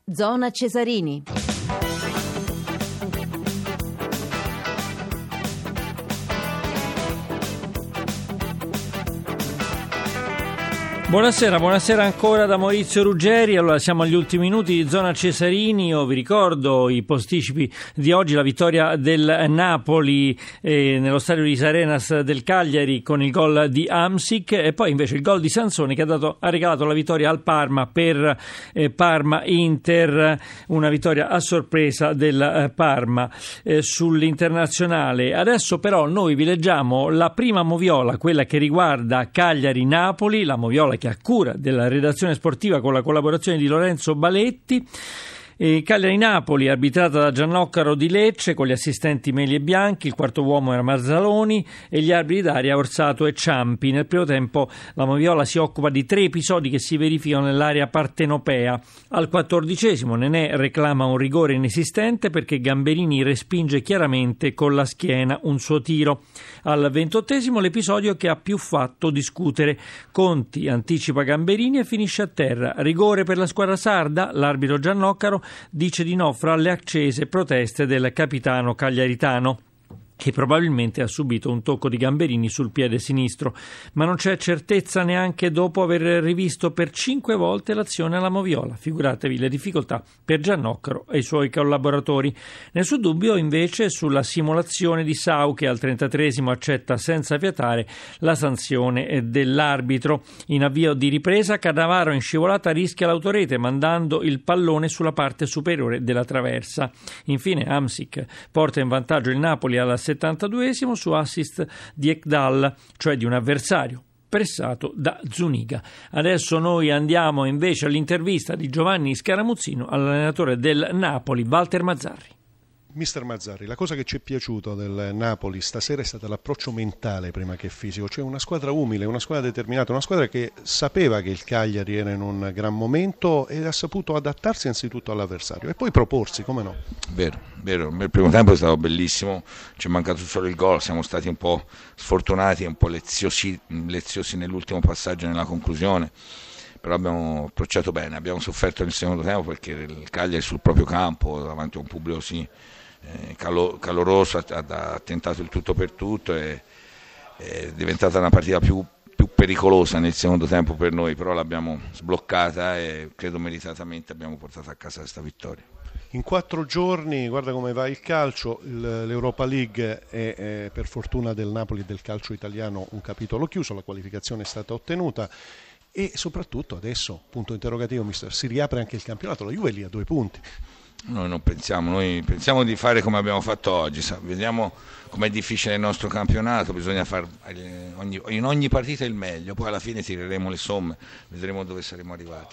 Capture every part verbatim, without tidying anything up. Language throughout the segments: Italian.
Zona Cesarini. Buonasera, buonasera ancora da Maurizio Ruggeri. Allora siamo agli ultimi minuti di Zona Cesarini. Io vi ricordo i posticipi di oggi: la vittoria del Napoli eh, nello stadio di Arenas del Cagliari con il gol di Hamsik, e poi invece il gol di Sansone che ha, dato, ha regalato la vittoria al Parma per eh, Parma-Inter, una vittoria a sorpresa del eh, Parma eh, sull'internazionale. Adesso però noi vi leggiamo la prima moviola, quella che riguarda Cagliari-Napoli, la moviola che ha cura della redazione sportiva con la collaborazione di Lorenzo Baletti. E Cagliari-Napoli, arbitrata da Giannoccaro di Lecce con gli assistenti Meli e Bianchi, il quarto uomo era Marzaloni e gli arbitri d'aria Orsato e Ciampi. Nel primo tempo la moviola si occupa di tre episodi che si verificano nell'area partenopea. Al quattordicesimo Nenè reclama un rigore inesistente perché Gamberini respinge chiaramente con la schiena un suo tiro. Al ventottesimo l'episodio che ha più fatto discutere: Conti anticipa Gamberini e finisce a terra. Rigore per la squadra sarda? L'arbitro Giannoccaro dice di no fra le accese proteste del capitano cagliaritano, che probabilmente ha subito un tocco di Gamberini sul piede sinistro, ma non c'è certezza neanche dopo aver rivisto per cinque volte l'azione alla moviola. Figuratevi le difficoltà per Giannoccaro e i suoi collaboratori. Nessun dubbio invece sulla simulazione di Sau, che al trentatreesimo accetta senza fiatare la sanzione dell'arbitro. In avvio di ripresa Cannavaro in scivolata rischia l'autorete mandando il pallone sulla parte superiore della traversa. Infine Hamsik porta in vantaggio il Napoli alla settantaduesimo su assist di Ekdal, cioè di un avversario pressato da Zuniga. Adesso noi andiamo invece all'intervista di Giovanni Scaramuzzino all'allenatore del Napoli, Walter Mazzarri. Mister Mazzarri, la cosa che ci è piaciuta del Napoli stasera è stato l'approccio mentale prima che fisico, cioè una squadra umile, una squadra determinata, una squadra che sapeva che il Cagliari era in un gran momento e ha saputo adattarsi anzitutto all'avversario e poi proporsi, come no? Vero, vero, il primo tempo è stato bellissimo, ci è mancato solo il gol, siamo stati un po' sfortunati, un po' leziosi, leziosi nell'ultimo passaggio, nella conclusione. Però abbiamo approcciato bene, abbiamo sofferto nel secondo tempo perché il Cagliari sul proprio campo, davanti a un pubblico sì, eh, calo, caloroso, ha, ha tentato il tutto per tutto e è diventata una partita più, più pericolosa nel secondo tempo per noi, però l'abbiamo sbloccata e credo meritatamente abbiamo portato a casa questa vittoria. In quattro giorni, guarda come va il calcio, l'Europa League è, è per fortuna del Napoli e del calcio italiano un capitolo chiuso, la qualificazione è stata ottenuta. E soprattutto adesso, punto interrogativo, mister, si riapre anche il campionato, la Juve è lì a due punti. Noi non pensiamo, noi pensiamo di fare come abbiamo fatto oggi, vediamo com'è difficile il nostro campionato, bisogna fare ogni, in ogni partita il meglio, poi alla fine tireremo le somme, vedremo dove saremo arrivati.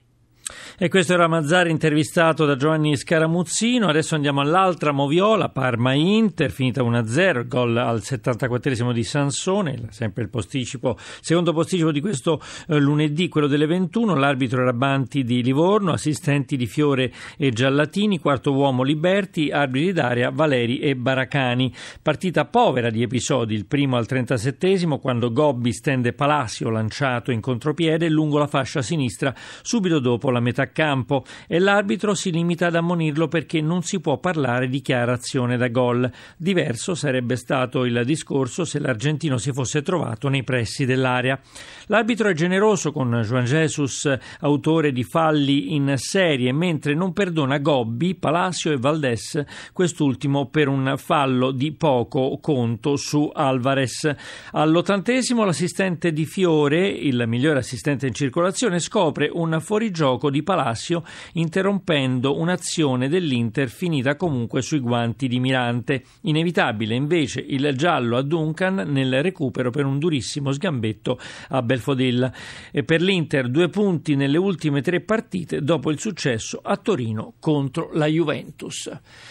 E questo era Mazzarri intervistato da Giovanni Scaramuzzino. Adesso andiamo all'altra moviola, Parma-Inter, finita uno a zero, gol al settantaquattresimo di Sansone, sempre il posticipo, secondo posticipo di questo eh, lunedì, quello delle ventuno. L'arbitro era Banti di Livorno, assistenti di Fiore e Giallatini, quarto uomo Liberti, arbitri d'aria Valeri e Baracani. Partita povera di episodi, il primo al trentasettesimo quando Gobbi stende Palacio lanciato in contropiede lungo la fascia sinistra subito dopo la metà campo e l'arbitro si limita ad ammonirlo perché non si può parlare di chiara azione da gol. Diverso sarebbe stato il discorso se l'argentino si fosse trovato nei pressi dell'area. L'arbitro è generoso con Juan Jesus, autore di falli in serie, mentre non perdona Gobbi, Palacio e Valdés, quest'ultimo per un fallo di poco conto su Alvarez. All'ottantesimo l'assistente di Fiore, il migliore assistente in circolazione, scopre un fuorigioco di Palacio interrompendo un'azione dell'Inter finita comunque sui guanti di Mirante. Inevitabile invece il giallo a Duncan nel recupero per un durissimo sgambetto a Belfodilla. E per l'Inter due punti nelle ultime tre partite dopo il successo a Torino contro la Juventus.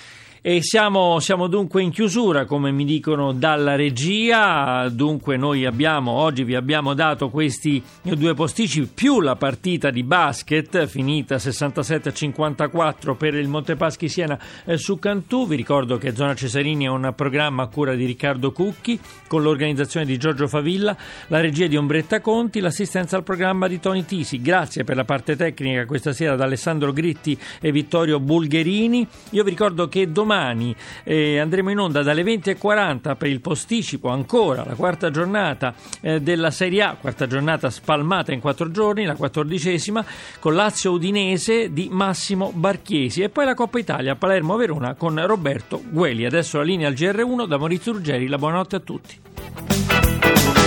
E siamo, siamo dunque in chiusura, come mi dicono dalla regia. Dunque noi abbiamo, oggi vi abbiamo dato questi due posticipi più la partita di basket finita sessantasette a cinquantaquattro per il Montepaschi Siena eh, su Cantù. Vi ricordo che Zona Cesarini è un programma a cura di Riccardo Cucchi con l'organizzazione di Giorgio Favilla, la regia di Ombretta Conti, l'assistenza al programma di Tony Tisi. Grazie per la parte tecnica questa sera da Alessandro Gritti e Vittorio Bulgherini. Io vi ricordo che domani Domani eh, andremo in onda dalle venti e quaranta per il posticipo, ancora la quarta giornata eh, della Serie A, quarta giornata spalmata in quattro giorni, la quattordicesima, con Lazio Udinese di Massimo Barchiesi, e poi la Coppa Italia Palermo-Verona con Roberto Gueli. Adesso la linea al G R uno da Maurizio Ruggeri, la buonanotte a tutti.